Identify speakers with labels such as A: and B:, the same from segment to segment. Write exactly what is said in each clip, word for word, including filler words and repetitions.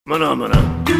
A: Maná, maná.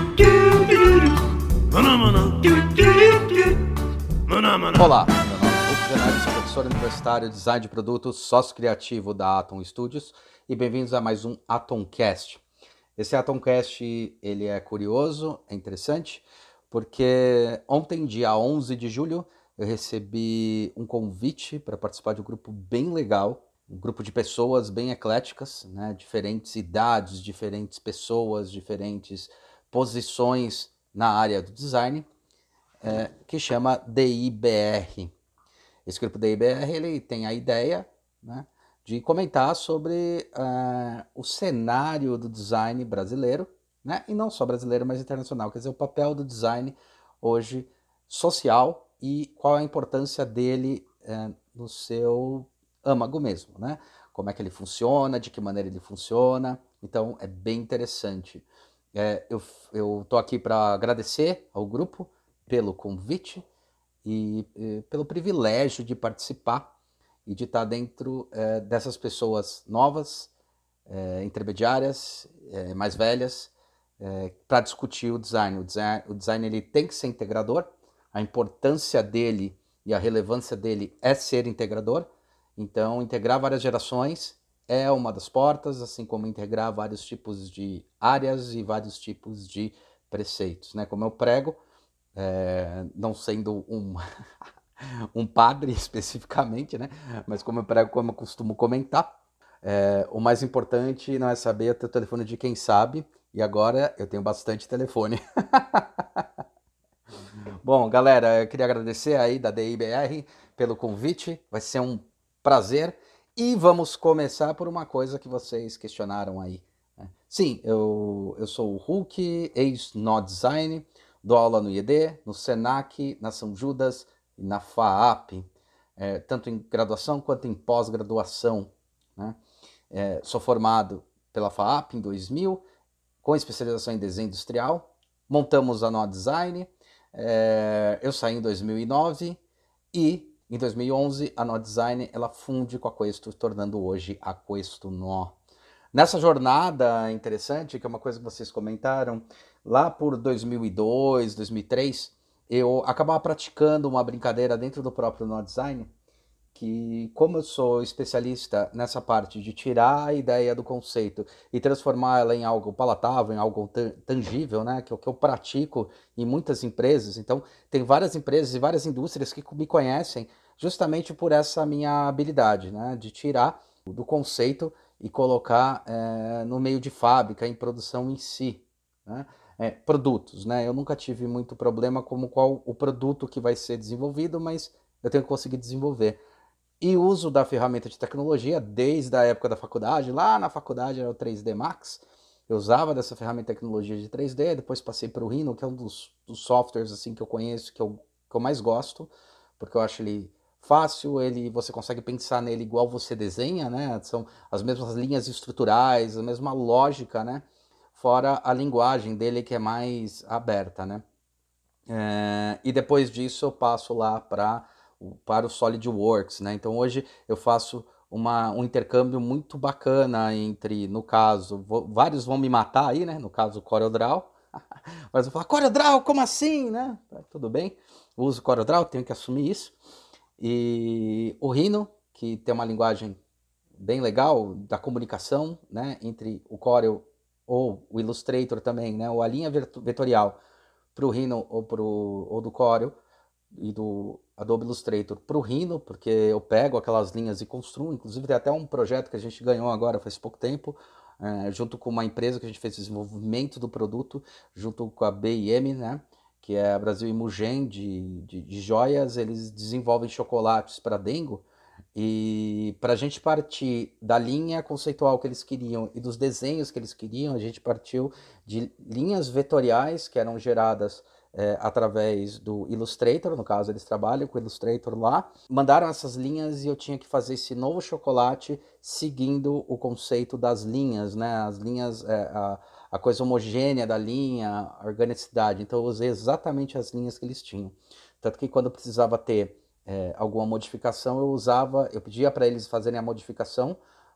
A: Maná, maná. Maná, maná.
B: Olá, meu nome é Hulk Zanardi, sou professor universitário de design de produtos, sócio criativo da Atom Studios e bem-vindos a mais um Atomcast. Esse Atomcast ele é curioso, é interessante, porque ontem, dia onze de julho, eu recebi um convite para participar de um grupo bem legal, um grupo de pessoas bem ecléticas, né? Diferentes idades, diferentes pessoas, diferentes posições na área do design, é, que chama D I B R. Esse grupo D I B R ele tem a ideia, né, de comentar sobre uh, o cenário do design brasileiro, né, e não só brasileiro, mas internacional, quer dizer, o papel do design hoje social e qual a importância dele uh, no seu âmago mesmo, né? Como é que ele funciona, de que maneira ele funciona. Então é bem interessante. É, eu estou aqui para agradecer ao grupo pelo convite e, e pelo privilégio de participar e de estar dentro é, dessas pessoas novas, é, intermediárias, é, mais velhas, é, para discutir o design. O design, o design ele tem que ser integrador, a importância dele e a relevância dele é ser integrador. Então, integrar várias gerações é uma das portas, assim como integrar vários tipos de áreas e vários tipos de preceitos, né? Como eu prego, é, não sendo um, um padre especificamente, né? Mas como eu prego, como eu costumo comentar, é, o mais importante não é saber ter o telefone de quem sabe, e agora eu tenho bastante telefone. Bom, galera, eu queria agradecer aí da D I B R pelo convite, vai ser um prazer, e vamos começar por uma coisa que vocês questionaram aí. Né? Sim, eu, eu sou o Hulk, ex-nó design, dou aula no I E D, no Senac, na São Judas e na FAAP, é, tanto em graduação quanto em pós-graduação. Né? É, sou formado pela FAAP em dois mil, com especialização em desenho industrial, montamos a Nó Design, é, eu saí em dois mil e nove e em dois mil e onze a Nó Design ela funde com a Questo, tornando hoje a Questo Nó. Nessa jornada interessante, que é uma coisa que vocês comentaram, lá por dois mil e dois, dois mil e três, eu acabava praticando uma brincadeira dentro do próprio Nó Design, que como eu sou especialista nessa parte de tirar a ideia do conceito e transformá-la em algo palatável, em algo tangível, né, que é o que eu pratico em muitas empresas. Então, tem várias empresas e várias indústrias que me conhecem justamente por essa minha habilidade, né, de tirar do conceito e colocar é, no meio de fábrica, em produção em si, né? É, produtos, né? Eu nunca tive muito problema como qual o produto que vai ser desenvolvido, mas eu tenho que conseguir desenvolver. E uso da ferramenta de tecnologia desde a época da faculdade, lá na faculdade era o três D Max, eu usava dessa ferramenta de tecnologia de três D, depois passei para o Rhino, que é um dos, dos softwares assim, que eu conheço, que eu, que eu mais gosto, porque eu acho ele fácil, ele, você consegue pensar nele igual você desenha, né? São as mesmas linhas estruturais, a mesma lógica, né? Fora a linguagem dele que é mais aberta, né? É, e depois disso eu passo lá para para o SolidWorks, né? Então hoje eu faço uma, um intercâmbio muito bacana entre, no caso, vou, vários vão me matar aí, né? No caso, o CorelDRAW. Mas eu vou falar, CorelDRAW, como assim, né? Tudo bem, uso CorelDRAW, tenho que assumir isso. E o Rhino, que tem uma linguagem bem legal da comunicação, né? Entre o Corel ou o Illustrator também, né? Ou a linha vetorial para o Rhino ou, pro, ou do Corel e do Adobe Illustrator para o Rhino, porque eu pego aquelas linhas e construo. Inclusive tem até um projeto que a gente ganhou agora faz pouco tempo, é, junto com uma empresa que a gente fez desenvolvimento do produto, junto com a B I M, né, que é a Brasil Imugem de, de, de joias. Eles desenvolvem chocolates para Dengo, e para a gente partir da linha conceitual que eles queriam e dos desenhos que eles queriam, a gente partiu de linhas vetoriais que eram geradas é, através do Illustrator. No caso, eles trabalham com o Illustrator lá. Mandaram essas linhas e eu tinha que fazer esse novo chocolate seguindo o conceito das linhas, né? As linhas, é, a, a coisa homogênea da linha, a organicidade. Então eu usei exatamente as linhas que eles tinham. Tanto que quando eu precisava ter é, alguma modificação, eu usava, eu pedia para eles fazerem a modificação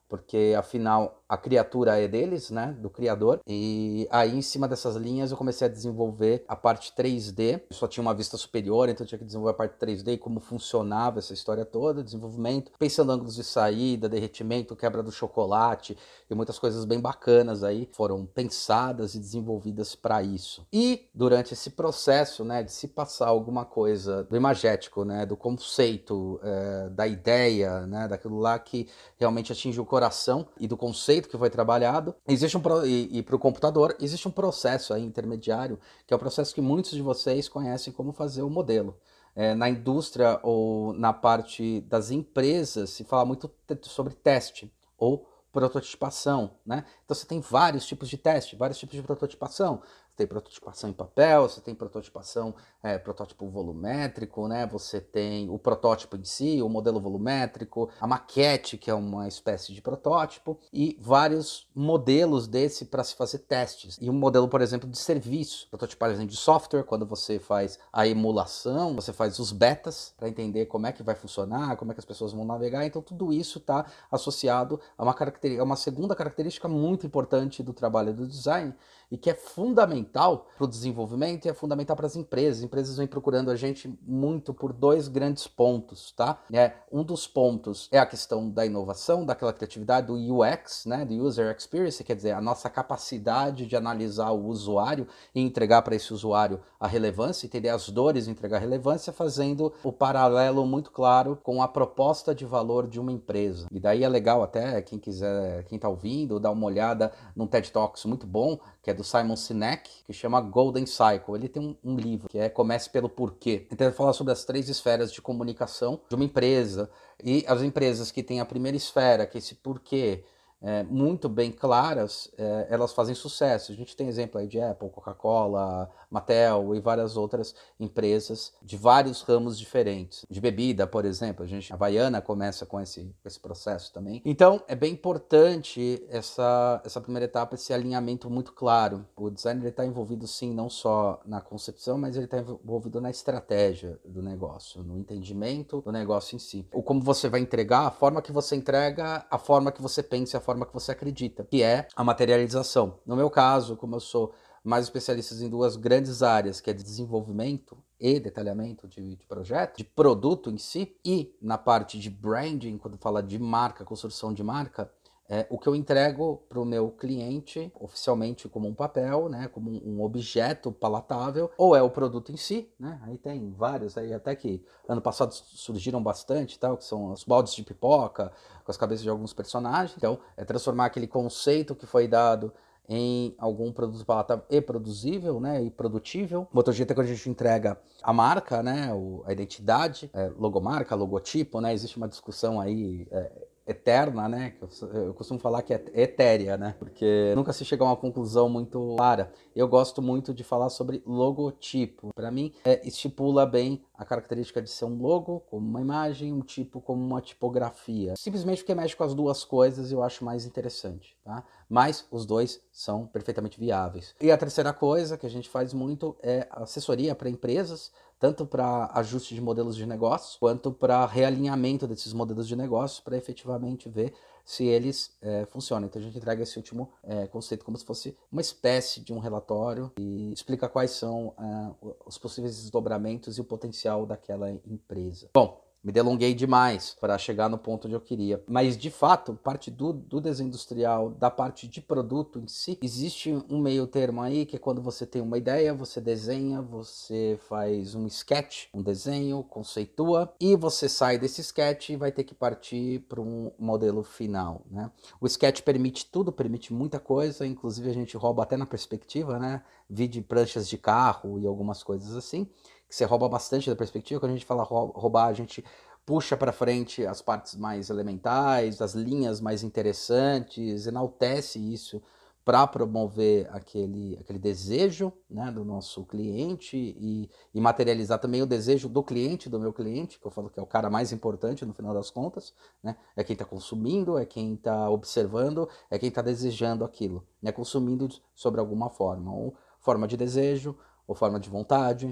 B: porque afinal a criatura é deles, né, do criador, e aí em cima dessas linhas eu comecei a desenvolver a parte três D, eu só tinha uma vista superior, então eu tinha que desenvolver a parte três D e como funcionava essa história toda, desenvolvimento, pensando em ângulos de saída, derretimento, quebra do chocolate, e muitas coisas bem bacanas aí foram pensadas e desenvolvidas para isso. E durante esse processo, né, de se passar alguma coisa do imagético, né, do conceito, é, da ideia, né, daquilo lá que realmente atinge o coração e do conceito que foi trabalhado, existe um pro... e, e para o computador existe um processo aí intermediário, que é o processo que muitos de vocês conhecem como fazer o modelo. É, na indústria ou na parte das empresas se fala muito sobre teste ou prototipação, né? Então você tem vários tipos de teste, vários tipos de prototipação. Você tem prototipação em papel, você tem prototipação, é, protótipo volumétrico, né? Você tem o protótipo em si, o modelo volumétrico, a maquete, que é uma espécie de protótipo, e vários modelos desse para se fazer testes. E um modelo, por exemplo, de serviço, prototipagem de software, quando você faz a emulação, você faz os betas para entender como é que vai funcionar, como é que as pessoas vão navegar. Então tudo isso está associado a uma, característica, a uma segunda característica muito importante do trabalho do design, e que é fundamental para o desenvolvimento e é fundamental para as empresas. As empresas vêm procurando a gente muito por dois grandes pontos, tá? É, um dos pontos é a questão da inovação, daquela criatividade, do U X, né? Do User Experience, quer dizer, a nossa capacidade de analisar o usuário e entregar para esse usuário a relevância, entender as dores e entregar relevância, fazendo o paralelo muito claro com a proposta de valor de uma empresa. E daí é legal até, quem quiser, quem está ouvindo, dar uma olhada num TED Talks muito bom, que é do Simon Sinek, que chama Golden Cycle. Ele tem um, um livro que é Comece pelo Porquê. Então ele fala sobre as três esferas de comunicação de uma empresa, e as empresas que têm a primeira esfera, que é esse porquê, é, muito bem claras, é, elas fazem sucesso. A gente tem exemplo aí de Apple, Coca-Cola, Mattel e várias outras empresas de vários ramos diferentes. De bebida, por exemplo, a gente, a Havaiana começa com esse, esse processo também. Então, é bem importante essa, essa primeira etapa, esse alinhamento muito claro. O designer está envolvido, sim, não só na concepção, mas ele está envolvido na estratégia do negócio, no entendimento do negócio em si. O como você vai entregar, a forma que você entrega, a forma que você pensa, a forma que você acredita, que é a materialização. No meu caso, como eu sou mais especialista em duas grandes áreas, que é de desenvolvimento e detalhamento de, de projeto, de produto em si, e na parte de branding, quando fala de marca, construção de marca, é, o que eu entrego para o meu cliente, oficialmente como um papel, né, como um, um objeto palatável, ou é o produto em si, né, aí tem vários, aí até que ano passado surgiram bastante, tal, que são os baldes de pipoca, com as cabeças de alguns personagens. Então, é transformar aquele conceito que foi dado em algum produto palatável e produzível, né, e produtível. MotoGP é quando a gente entrega a marca, né, o, a identidade, é, logomarca, logotipo, né, existe uma discussão aí é, eterna, né, que eu, eu costumo falar que é etérea, né, porque nunca se chega a uma conclusão muito clara. Eu gosto muito de falar sobre logotipo. Para mim, é, estipula bem a característica de ser um logo como uma imagem, um tipo como uma tipografia. Simplesmente porque mexe com as duas coisas eu acho mais interessante, tá? Mas os dois são perfeitamente viáveis. E a terceira coisa que a gente faz muito é assessoria para empresas, tanto para ajuste de modelos de negócio, quanto para realinhamento desses modelos de negócio, para efetivamente ver se eles é, funcionam. Então a gente entrega esse último é, conceito como se fosse uma espécie de um relatório e explica quais são é, os possíveis desdobramentos e o potencial daquela empresa. Bom, me delonguei demais para chegar no ponto onde eu queria. Mas, de fato, parte do, do desenho industrial, da parte de produto em si, existe um meio termo aí, que é quando você tem uma ideia, você desenha, você faz um sketch, um desenho, conceitua, e você sai desse sketch e vai ter que partir para um modelo final, né? O sketch permite tudo, permite muita coisa, inclusive a gente rouba até na perspectiva, né? Vide pranchas de carro e algumas coisas assim, que você rouba bastante da perspectiva. Quando a gente fala roubar, a gente puxa para frente as partes mais elementais, as linhas mais interessantes, enaltece isso para promover aquele, aquele desejo, né, do nosso cliente e, e materializar também o desejo do cliente, do meu cliente, que eu falo que é o cara mais importante no final das contas, né? É quem está consumindo, é quem está observando, é quem está desejando aquilo, né? Consumindo sobre alguma forma, ou forma de desejo, ou forma de vontade,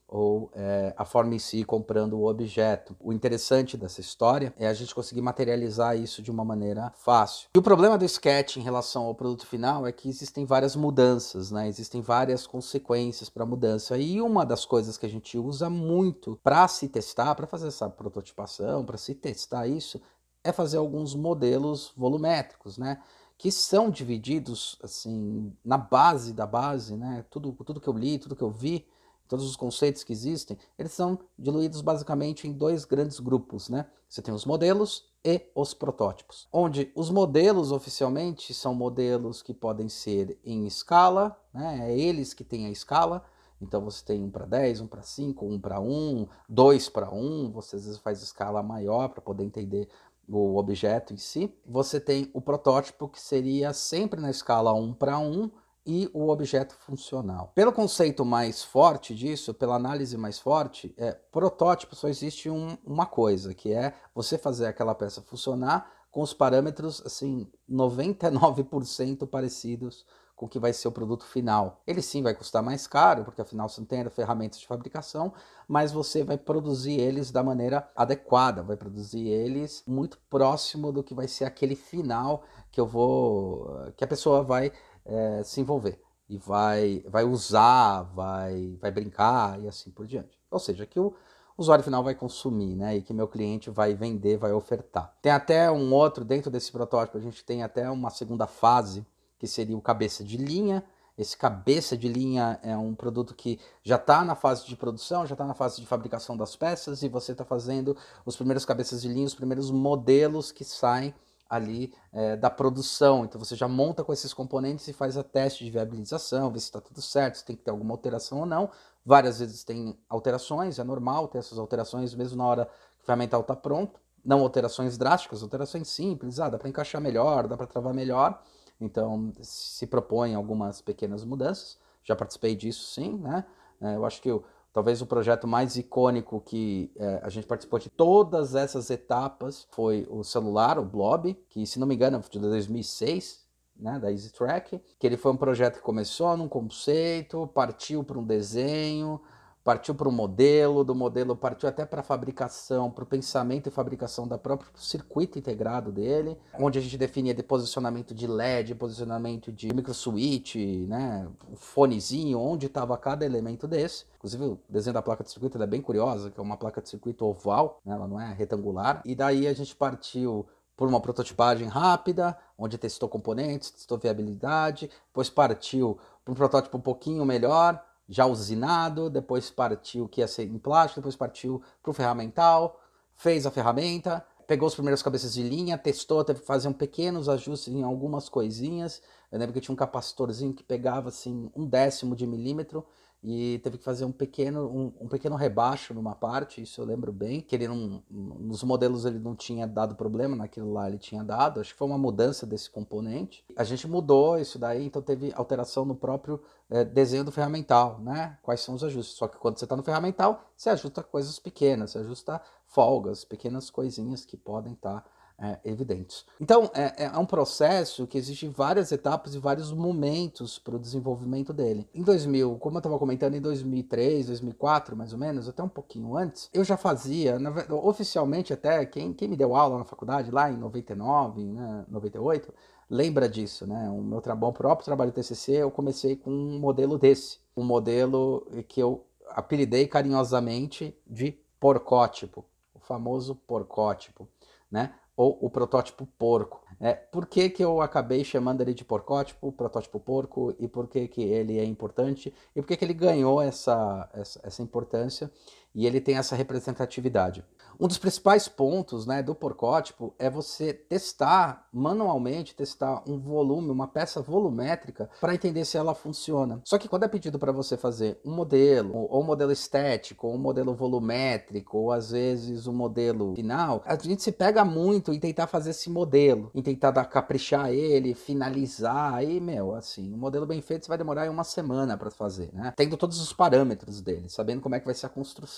B: ou é, a forma em si comprando o objeto. O interessante dessa história é a gente conseguir materializar isso de uma maneira fácil. E o problema do sketch em relação ao produto final é que existem várias mudanças, né? Existem várias consequências para a mudança. E uma das coisas que a gente usa muito para se testar, para fazer essa prototipação, para se testar isso, é fazer alguns modelos volumétricos, né? Que são divididos assim na base da base, né? Tudo, tudo que eu li, tudo que eu vi, todos os conceitos que existem, eles são diluídos basicamente em dois grandes grupos, né? Você tem os modelos e os protótipos, onde os modelos oficialmente são modelos que podem ser em escala, né? É eles que têm a escala. Então você tem um para dez, um para cinco, um para um, dois para um, você às vezes faz escala maior para poder entender o objeto em si. Você tem o protótipo, que seria sempre na escala um para um, e o objeto funcional. Pelo conceito mais forte disso, pela análise mais forte, é, protótipo só existe um, uma coisa, que é você fazer aquela peça funcionar com os parâmetros assim noventa e nove por cento parecidos com o que vai ser o produto final. Ele sim vai custar mais caro, porque afinal você não tem ferramentas de fabricação, mas você vai produzir eles da maneira adequada, vai produzir eles muito próximo do que vai ser aquele final que eu vou, que a pessoa vai é, se envolver e vai, vai usar, vai, vai brincar e assim por diante. Ou seja, que o usuário final vai consumir, né? E que meu cliente vai vender, vai ofertar. Tem até um outro, dentro desse protótipo, a gente tem até uma segunda fase, que seria o cabeça de linha. Esse cabeça de linha é um produto que já está na fase de produção, já está na fase de fabricação das peças, e você está fazendo os primeiros cabeças de linha, os primeiros modelos que saem ali é, da produção. Então você já monta com esses componentes e faz a teste de viabilização, vê se está tudo certo, se tem que ter alguma alteração ou não. Várias vezes tem alterações, é normal ter essas alterações mesmo na hora que o ferramental está pronto. Não alterações drásticas, alterações simples, ah, dá para encaixar melhor, dá para travar melhor. Então se propõem algumas pequenas mudanças. Já participei disso sim, né? É, eu acho que o talvez o projeto mais icônico que é, a gente participou de todas essas etapas foi o celular, o Blob, que se não me engano é de dois mil e seis, né, da EasyTrack, que ele foi um projeto que começou num conceito, partiu para um desenho, partiu para um modelo, do modelo partiu até para a fabricação, para o pensamento e fabricação da próprio circuito integrado dele, onde a gente definia de posicionamento de L E D, posicionamento de microswitch, né, o fonezinho, onde estava cada elemento desse. Inclusive o desenho da placa de circuito é bem curiosa, que é uma placa de circuito oval, né, ela não é retangular. E daí a gente partiu por uma prototipagem rápida, onde testou componentes, testou viabilidade, depois partiu para um protótipo um pouquinho melhor, já usinado, depois partiu que ia ser em plástico, depois partiu para o ferramental, fez a ferramenta, pegou os primeiros cabeças de linha, testou, teve que fazer um pequenos ajustes em algumas coisinhas. Eu lembro que tinha um capacitorzinho que pegava assim um décimo de milímetro, e teve que fazer um pequeno, um, um pequeno rebaixo numa parte, isso eu lembro bem, que ele não, nos modelos ele não tinha dado problema, naquilo lá ele tinha dado, acho que foi uma mudança desse componente. A gente mudou isso daí, então teve alteração no próprio é, desenho do ferramental, né? Quais são os ajustes, só que quando você está no ferramental, você ajusta coisas pequenas, você ajusta folgas, pequenas coisinhas que podem estar tá, É, evidentes. Então, é, é um processo que existe várias etapas e vários momentos para o desenvolvimento dele. Em dois mil, como eu estava comentando, em dois mil e três, dois mil e quatro, mais ou menos, até um pouquinho antes, eu já fazia, na, oficialmente até, quem, quem me deu aula na faculdade, lá em noventa e nove, né, noventa e oito, lembra disso, né? O meu tra o próprio trabalho T C C, eu comecei com um modelo desse, um modelo que eu apelidei carinhosamente de porcótipo, o famoso porcótipo, né? Ou o protótipo porco. É, por que que eu acabei chamando ele de porcótipo, protótipo porco, e por que que ele é importante, e por que que ele ganhou essa, essa, essa importância, e ele tem essa representatividade. Um dos principais pontos, né, do porcótipo é você testar manualmente, testar um volume, uma peça volumétrica para entender se ela funciona. Só que quando é pedido para você fazer um modelo, ou um modelo estético, ou um modelo volumétrico, ou às vezes um modelo final, a gente se pega muito em tentar fazer esse modelo, em tentar dar, caprichar ele, finalizar, aí, meu, assim, um modelo bem feito você vai demorar uma semana para fazer, né? Tendo todos os parâmetros dele, sabendo como é que vai ser a construção.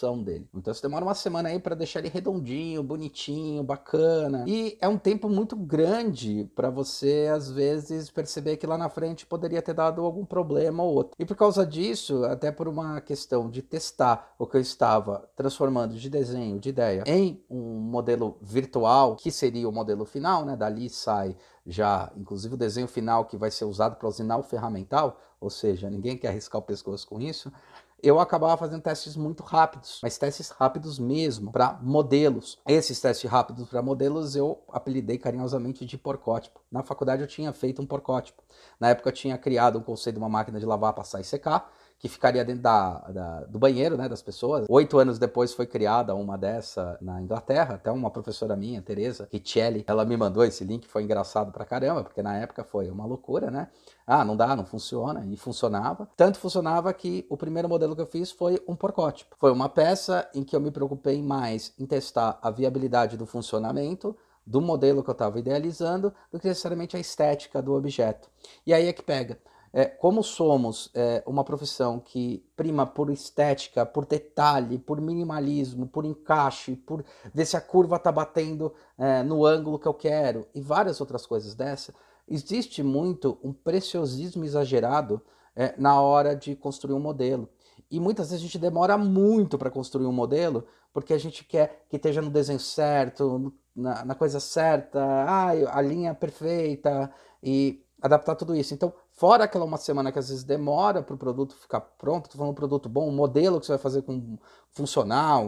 B: evolução dele. Então você demora uma semana aí para deixar ele redondinho, bonitinho, bacana. E é um tempo muito grande para você, às vezes, perceber que lá na frente poderia ter dado algum problema ou outro. E por causa disso, até por uma questão de testar o que eu estava transformando de desenho, de ideia, em um modelo virtual, que seria o modelo final, né? Dali sai já, inclusive, o desenho final que vai ser usado para usinar o ferramental, ou seja, ninguém quer arriscar o pescoço com isso. Eu acabava fazendo testes muito rápidos, mas testes rápidos mesmo, para modelos. Esses testes rápidos para modelos eu apelidei carinhosamente de porcótipo. Na faculdade eu tinha feito um porcótipo. Na época eu tinha criado um conceito de uma máquina de lavar, passar e secar, que ficaria dentro da, da, do banheiro, né, das pessoas. Oito anos depois foi criada uma dessa na Inglaterra, até uma professora minha, Teresa Richelli, ela me mandou esse link, foi engraçado pra caramba, porque na época foi uma loucura, né? Ah, não dá, não funciona, e funcionava. Tanto funcionava que o primeiro modelo que eu fiz foi um porcótipo. Foi uma peça em que eu me preocupei mais em testar a viabilidade do funcionamento do modelo que eu estava idealizando do que necessariamente a estética do objeto. E aí é que pega. É, como somos é, uma profissão que prima por estética, por detalhe, por minimalismo, por encaixe, por ver se a curva está batendo é, no ângulo que eu quero e várias outras coisas dessa, existe muito um preciosismo exagerado é, na hora de construir um modelo. E muitas vezes a gente demora muito para construir um modelo porque a gente quer que esteja no desenho certo, na, na coisa certa, ah, a linha perfeita e adaptar tudo isso. Então, fora aquela uma semana que às vezes demora para o produto ficar pronto, tô falando um produto bom, um modelo que você vai fazer com funcional,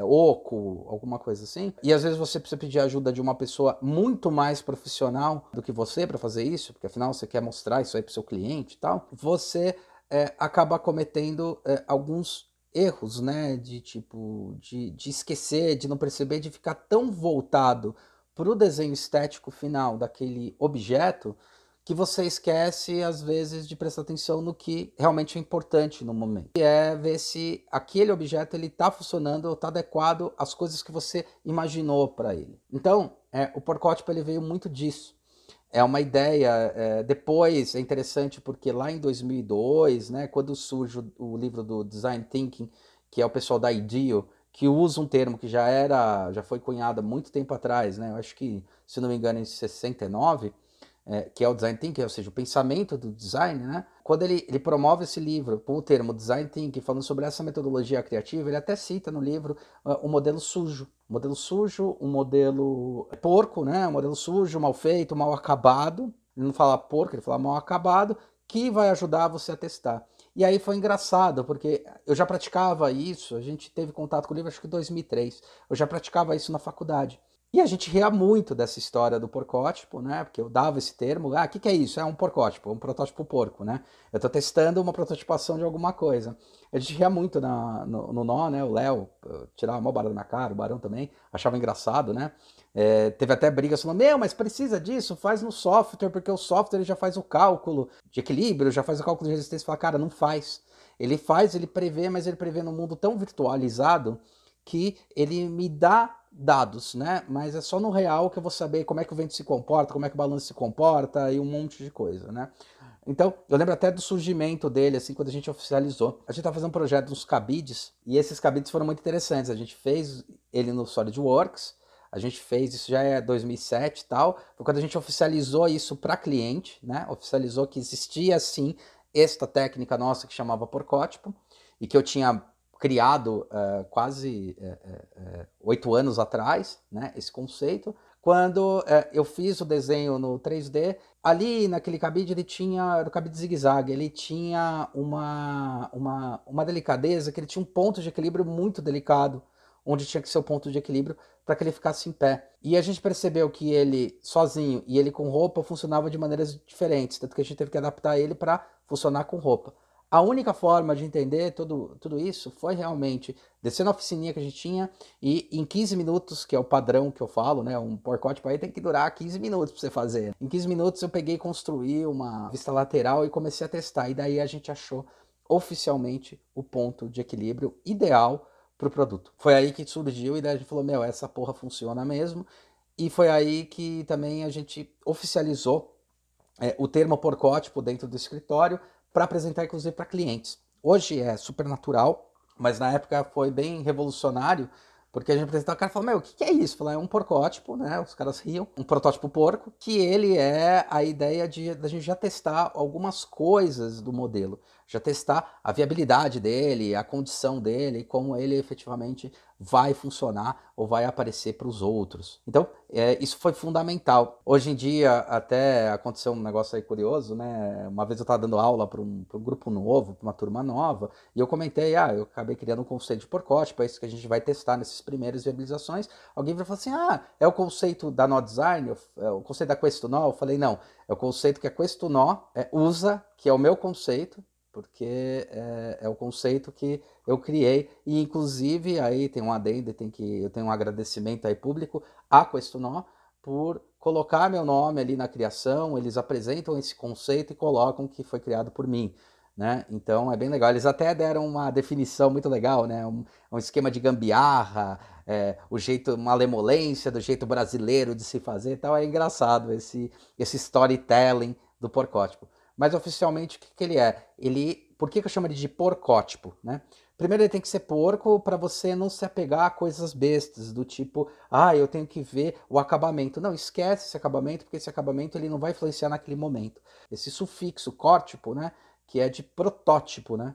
B: oco, alguma coisa assim. E às vezes você precisa pedir ajuda de uma pessoa muito mais profissional do que você para fazer isso, porque afinal você quer mostrar isso aí para o seu cliente e tal. Você é, acaba cometendo é, alguns erros, né? De tipo, de, de esquecer, de não perceber, de ficar tão voltado para o desenho estético final daquele objeto que você esquece, às vezes, de prestar atenção no que realmente é importante no momento. E é ver se aquele objeto está funcionando ou está adequado às coisas que você imaginou para ele. Então, é, o porcótipo ele veio muito disso. É uma ideia, é, depois é interessante porque lá em dois mil e dois, né, quando surge o, o livro do Design Thinking, que é o pessoal da IDEO, que usa um termo que já era, já foi cunhado há muito tempo atrás, né, eu acho que, se não me engano, em sessenta e nove, É, que é o Design Thinking, ou seja, o pensamento do design, né? Quando ele, ele promove esse livro com o termo Design Thinking, falando sobre essa metodologia criativa, ele até cita no livro uh, o modelo sujo. Um modelo sujo, um modelo porco, né? Um modelo sujo, mal feito, mal acabado. Ele não fala porco, ele fala mal acabado, que vai ajudar você a testar. E aí foi engraçado, porque eu já praticava isso, a gente teve contato com o livro acho que em dois mil e três, eu já praticava isso na faculdade. E a gente ria muito dessa história do porcótipo, né? Porque eu dava esse termo, ah, o que, que é isso? É um porcótipo, um protótipo porco, né? Eu estou testando uma prototipação de alguma coisa. A gente ria muito na, no, no nó, né? O Léo tirava uma barra da minha cara, o Barão também, achava engraçado, né? É, teve até brigas falando, meu, mas precisa disso, faz no software, porque o software já faz o cálculo de equilíbrio, já faz o cálculo de resistência. Fala, cara, não faz. Ele faz, ele prevê, mas ele prevê num mundo tão virtualizado que ele me dá dados, né? Mas é só no real que eu vou saber como é que o vento se comporta, como é que o balanço se comporta e um monte de coisa, né? Então, eu lembro até do surgimento dele, assim, quando a gente oficializou. A gente estava fazendo um projeto dos cabides, e esses cabides foram muito interessantes. A gente fez ele no SolidWorks, a gente fez, isso já é dois mil e sete e tal, foi quando a gente oficializou isso para cliente, né? Oficializou que existia, assim, esta técnica nossa que chamava porcótipo, e que eu tinha criado uh, quase oito uh, uh, anos atrás, né, esse conceito. Quando uh, eu fiz o desenho no três D, ali naquele cabide ele tinha, no cabide zigue-zague, ele tinha uma, uma, uma delicadeza, que ele tinha um ponto de equilíbrio muito delicado, onde tinha que ser o ponto de equilíbrio para que ele ficasse em pé. E a gente percebeu que ele sozinho e ele com roupa funcionava de maneiras diferentes, tanto que a gente teve que adaptar ele para funcionar com roupa. A única forma de entender tudo, tudo isso foi realmente descer na oficininha que a gente tinha e em quinze minutos, que é o padrão que eu falo, né? Um porcótipo aí tem que durar quinze minutos para você fazer. Em quinze minutos eu peguei e construí uma vista lateral e comecei a testar. E daí a gente achou oficialmente o ponto de equilíbrio ideal para o produto. Foi aí que surgiu e daí a gente falou, meu, essa porra funciona mesmo. E foi aí que também a gente oficializou é, o termo porcótipo dentro do escritório, para apresentar, inclusive, para clientes. Hoje é super natural mas na época foi bem revolucionário, porque a gente apresentava o cara e falou, meu, o que, que é isso? Falei, é um porcótipo, né? Os caras riam, um protótipo porco, que ele é a ideia de da gente já testar algumas coisas do modelo, já testar a viabilidade dele, a condição dele, como ele efetivamente vai funcionar ou vai aparecer para os outros. Então, é, isso foi fundamental. Hoje em dia, até aconteceu um negócio aí curioso, né? Uma vez eu estava dando aula para um, pra um grupo novo, para uma turma nova, e eu comentei, ah, eu acabei criando um conceito de porcótipo, é isso que a gente vai testar nesses primeiras viabilizações. Alguém vai falar assim, ah, é o conceito da Nó Design, é o conceito da Questo-Nó? Eu falei, não, é o conceito que a Questo-Nó é, usa, que é o meu conceito, porque é, é o conceito que eu criei, e inclusive aí tem um adendo, tem que, eu tenho um agradecimento aí público à Questo-Nó por colocar meu nome ali na criação, eles apresentam esse conceito e colocam que foi criado por mim. Né? Então é bem legal. Eles até deram uma definição muito legal, né? Um, um esquema de gambiarra, é, o jeito, uma malemolência do jeito brasileiro de se fazer e tal. É engraçado esse, esse storytelling do porcótipo. Mas oficialmente o que, que ele é? Ele, por que, que eu chamo ele de porcótipo? Né? Primeiro ele tem que ser porco para você não se apegar a coisas bestas, do tipo, ah, eu tenho que ver o acabamento. Não, esquece esse acabamento, porque esse acabamento ele não vai influenciar naquele momento. Esse sufixo, córtipo, né? Que é de protótipo, né?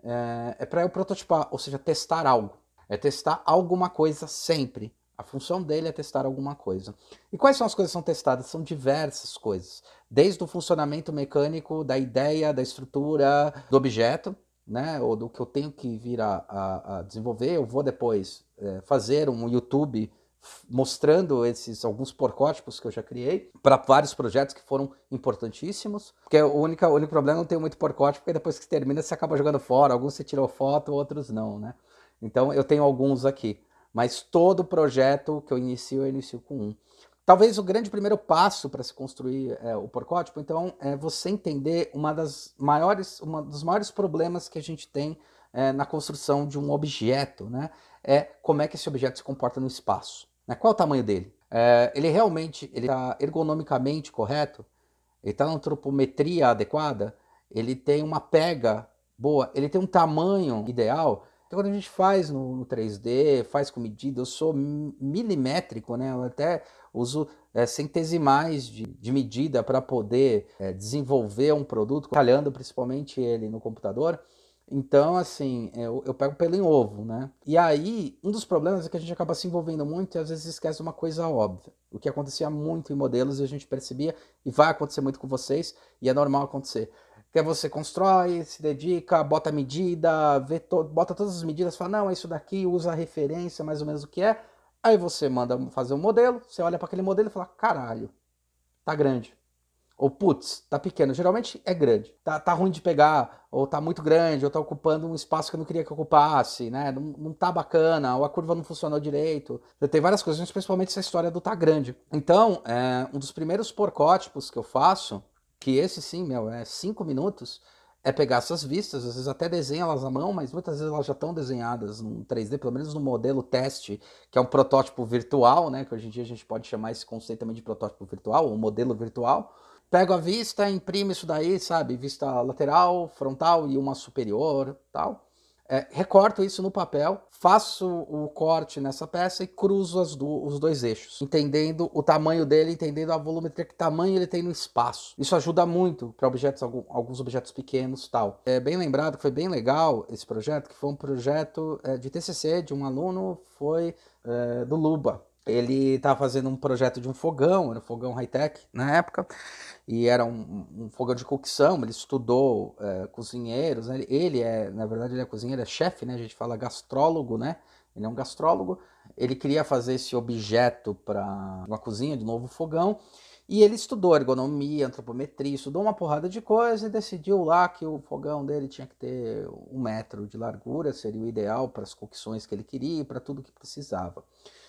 B: É, é para eu prototipar, ou seja, testar algo. É testar alguma coisa sempre. A função dele é testar alguma coisa. E quais são as coisas que são testadas? São diversas coisas. Desde o funcionamento mecânico, da ideia, da estrutura, do objeto, né? Ou do que eu tenho que vir a, a, a desenvolver. Eu vou depois é, fazer um YouTube mostrando esses alguns porcótipos que eu já criei para vários projetos que foram importantíssimos, porque o único, o único problema é não ter muito porcótipo, porque depois que termina você acaba jogando fora, alguns você tirou foto, outros não, né? Então eu tenho alguns aqui, mas todo projeto que eu inicio, eu inicio com um. Talvez o grande primeiro passo para se construir é, o porcótipo, então, é você entender uma das maiores, uma dos maiores problemas que a gente tem é, na construção de um objeto, né? É como é que esse objeto se comporta no espaço. Né? Qual é o tamanho dele? É, ele realmente está ergonomicamente correto? Ele está na antropometria adequada? Ele tem uma pega boa? Ele tem um tamanho ideal? Então, quando a gente faz no, no três D, faz com medida, eu sou milimétrico, né? Eu até uso é, centesimais de, de medida para poder é, desenvolver um produto, trabalhando principalmente ele no computador. Então, assim, eu, eu pego pelo em ovo, né? E aí, um dos problemas é que a gente acaba se envolvendo muito e às vezes esquece uma coisa óbvia. O que acontecia muito em modelos e a gente percebia, e vai acontecer muito com vocês, e é normal acontecer. Que é você constrói, se dedica, bota a medida, vê to bota todas as medidas, fala, não, é isso daqui, usa a referência, mais ou menos o que é. Aí você manda fazer um modelo, você olha para aquele modelo e fala, caralho, tá grande. Ou, putz, tá pequeno. Geralmente é grande. Tá, tá ruim de pegar, ou tá muito grande, ou tá ocupando um espaço que eu não queria que ocupasse, né? Não, não tá bacana, ou a curva não funcionou direito. Tem várias coisas, principalmente essa história do tá grande. Então, é, um dos primeiros porcótipos que eu faço, que esse sim, meu, é cinco minutos, é pegar essas vistas, às vezes até desenha elas à mão, mas muitas vezes elas já estão desenhadas no três D, pelo menos no modelo teste, que é um protótipo virtual, né? Que hoje em dia a gente pode chamar esse conceito também de protótipo virtual, ou modelo virtual. Pego a vista, imprimo isso daí, sabe? Vista lateral, frontal e uma superior, tal. É, recorto isso no papel, faço o corte nessa peça e cruzo as do, os dois eixos, entendendo o tamanho dele, entendendo a volumetria, que tamanho ele tem no espaço. Isso ajuda muito para objetos, alguns objetos pequenos, tal. É bem lembrado que foi bem legal esse projeto, que foi um projeto é, de T C C de um aluno, foi é, do Luba. Ele estava fazendo um projeto de um fogão, era um fogão high-tech na época, e era um, um fogão de cocção, ele estudou é, cozinheiros, né? Ele é, na verdade, ele é cozinheiro, é chefe, né? A gente fala gastrólogo, né? Ele é um gastrólogo, ele queria fazer esse objeto para uma cozinha, de novo fogão, e ele estudou ergonomia, antropometria, estudou uma porrada de coisa e decidiu lá que o fogão dele tinha que ter um metro de largura, seria o ideal para as cocções que ele queria e para tudo que precisava.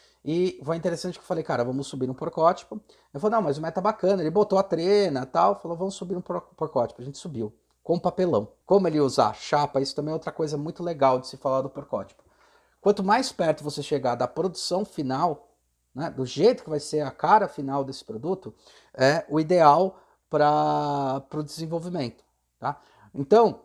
B: E foi interessante que eu falei, cara, vamos subir no porcótipo. Ele falou, não, mas o meta tá bacana. Ele botou a trena e tal, falou, vamos subir no porcótipo. A gente subiu, com papelão. Como ele usar chapa, isso também é outra coisa muito legal de se falar do porcótipo. Quanto mais perto você chegar da produção final, né, do jeito que vai ser a cara final desse produto, é o ideal para o desenvolvimento. Tá? Então,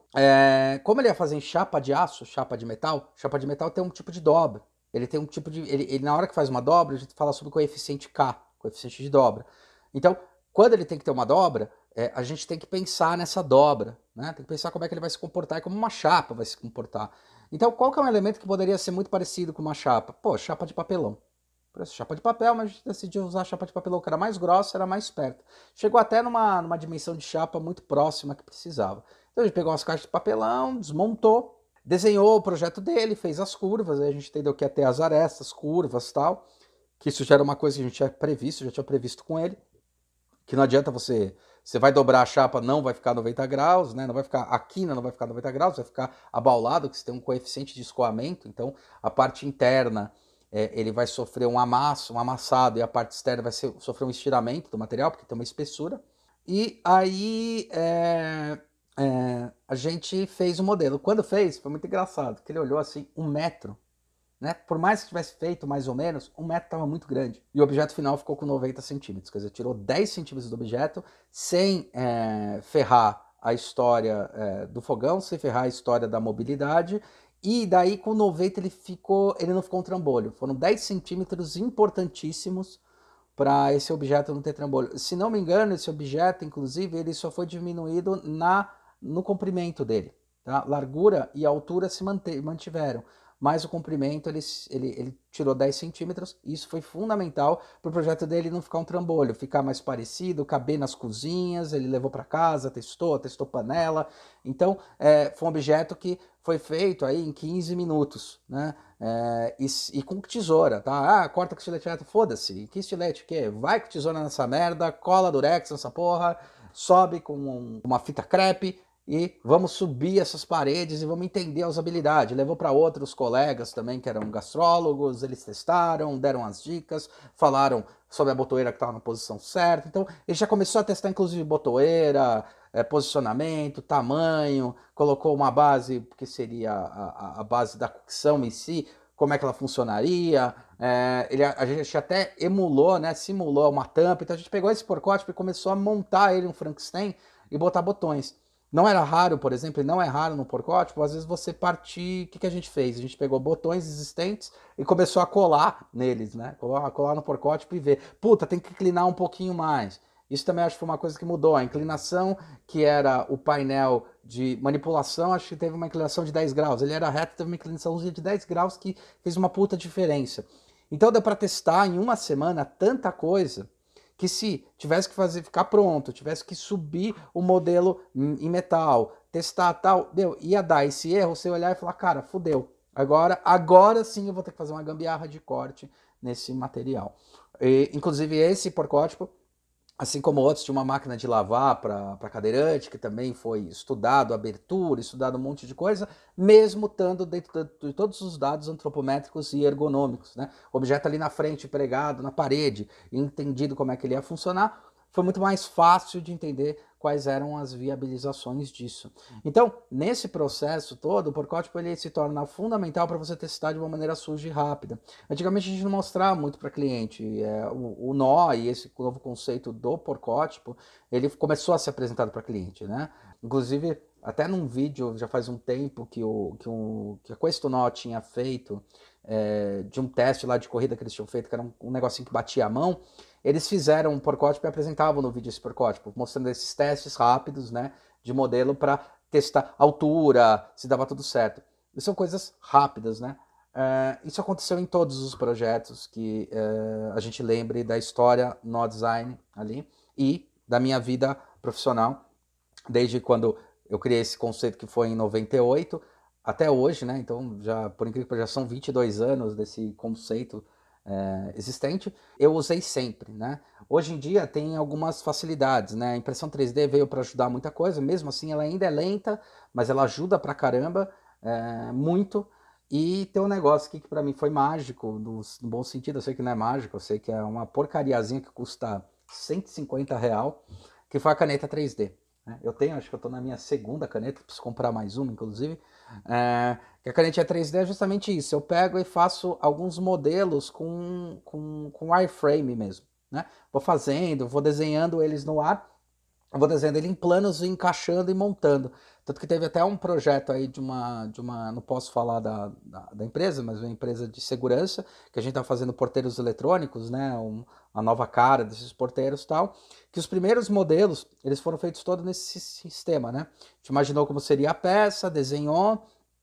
B: É, como ele ia fazer em chapa de aço, chapa de metal, chapa de metal tem um tipo de dobra. Ele tem um tipo de. Ele, ele, na hora que faz uma dobra, a gente fala sobre o coeficiente K, coeficiente de dobra. Então, quando ele tem que ter uma dobra, é, a gente tem que pensar nessa dobra, né? Tem que pensar como é que ele vai se comportar e como uma chapa vai se comportar. Então, qual que é um elemento que poderia ser muito parecido com uma chapa? Pô, chapa de papelão. Parece chapa de papel, mas a gente decidiu usar chapa de papelão, que era mais grossa, era mais perto. Chegou até numa, numa dimensão de chapa muito próxima que precisava. Então a gente pegou umas caixas de papelão, desmontou, desenhou o projeto dele, fez as curvas, aí a gente entendeu que ia ter as arestas, curvas e tal, que isso já era uma coisa que a gente tinha previsto, já tinha previsto com ele, que não adianta você, você vai dobrar a chapa, não vai ficar noventa graus, né? Não vai ficar, a quina não vai ficar noventa graus, vai ficar abaulado, que você tem um coeficiente de escoamento, então a parte interna é, ele vai sofrer um amasso, um amassado, e a parte externa vai ser, sofrer um estiramento do material, porque tem uma espessura. E aí é, é, a gente fez o modelo. Quando fez, foi muito engraçado, porque ele olhou assim, um metro, né? Por mais que tivesse feito mais ou menos, um metro estava muito grande. E o objeto final ficou com noventa centímetros, quer dizer, tirou dez centímetros do objeto sem é, ferrar a história é, do fogão, sem ferrar a história da mobilidade. E daí com noventa ele ficou, ele não ficou um trambolho. Foram dez centímetros importantíssimos para esse objeto não ter trambolho. Se não me engano, esse objeto, inclusive, ele só foi diminuído na, no comprimento dele. Tá? Largura e altura se mantiveram, mas o comprimento ele, ele, ele tirou dez centímetros. Isso foi fundamental para o projeto dele não ficar um trambolho, ficar mais parecido, caber nas cozinhas. Ele levou para casa, testou, testou panela. Então, é, foi um objeto que foi feito aí em quinze minutos, né? É, e, e com tesoura, tá? Ah, corta com estilete reto, foda-se. Que estilete que? Vai com tesoura nessa merda, cola durex nessa porra, sobe com um, uma fita crepe e vamos subir essas paredes e vamos entender a usabilidade. Levou para outros colegas também que eram gastrólogos, eles testaram, deram as dicas, falaram sobre a botoeira que estava na posição certa. Então, ele já começou a testar inclusive botoeira, é, posicionamento, tamanho, colocou uma base, que seria a, a, a base da cocção em si, como é que ela funcionaria. É, ele, a gente até emulou, né, simulou uma tampa. Então a gente pegou esse porcótipo e começou a montar ele um Frankenstein e botar botões. Não era raro, por exemplo, não é raro no porcótipo, às vezes você partir, o que, que a gente fez? A gente pegou botões existentes e começou a colar neles, né? Colar, colar no porcótipo e ver, puta, tem que inclinar um pouquinho mais. Isso também acho que foi uma coisa que mudou. A inclinação, que era o painel de manipulação, acho que teve uma inclinação de dez graus. Ele era reto, teve uma inclinação de dez graus que fez uma puta diferença. Então deu para testar em uma semana tanta coisa que se tivesse que fazer, ficar pronto, tivesse que subir o modelo em metal, testar tal, deu, ia dar esse erro, você olhar e falar, cara, fudeu. Agora, agora sim eu vou ter que fazer uma gambiarra de corte nesse material. E, inclusive esse porcótipo, assim como outros, tinha uma máquina de lavar para cadeirante, que também foi estudado, abertura, estudado um monte de coisa, mesmo estando dentro de todos os dados antropométricos e ergonômicos, né? O objeto ali na frente, pregado na parede, entendido como é que ele ia funcionar, foi muito mais fácil de entender quais eram as viabilizações disso. Então, nesse processo todo, o porcótipo ele se torna fundamental para você testar de uma maneira suja e rápida. Antigamente a gente não mostrava muito para cliente. É, o, o nó e esse novo conceito do porcótipo, ele começou a ser apresentado para cliente, né? Inclusive, até num vídeo, já faz um tempo, que, o, que, o, que a Questonó tinha feito, é, de um teste lá de corrida que eles tinham feito, que era um, um negocinho que batia a mão. Eles fizeram um porcótipo e apresentavam no vídeo esse porcótipo, mostrando esses testes rápidos, né, de modelo para testar altura, se dava tudo certo. E são coisas rápidas, né? Uh, isso aconteceu em todos os projetos que uh, a gente lembre da história no design ali e da minha vida profissional, desde quando eu criei esse conceito que foi em noventa e oito até hoje, né? Então, já, por incrível que já são vinte e dois anos desse conceito é, existente, eu usei sempre, né? Hoje em dia tem algumas facilidades, né? A impressão três D veio para ajudar muita coisa, mesmo assim ela ainda é lenta, mas ela ajuda pra caramba, é, muito. E tem um negócio aqui que para mim foi mágico, no, no bom sentido, eu sei que não é mágico, eu sei que é uma porcariazinha que custa cento e cinquenta real, que foi a caneta três D. Eu tenho, acho que eu estou na minha segunda caneta, preciso comprar mais uma, inclusive. É, que a canetinha três D é justamente isso. Eu pego e faço alguns modelos com, com, com wireframe mesmo, né? Vou fazendo, vou desenhando eles no ar, vou desenhando ele em planos, encaixando e montando. Tanto que teve até um projeto aí de uma, de uma não posso falar da, da, da empresa, mas uma empresa de segurança, que a gente está fazendo porteiros eletrônicos, né, um, a nova cara desses porteiros e tal, que os primeiros modelos, eles foram feitos todos nesse sistema, né? A gente imaginou como seria a peça, desenhou,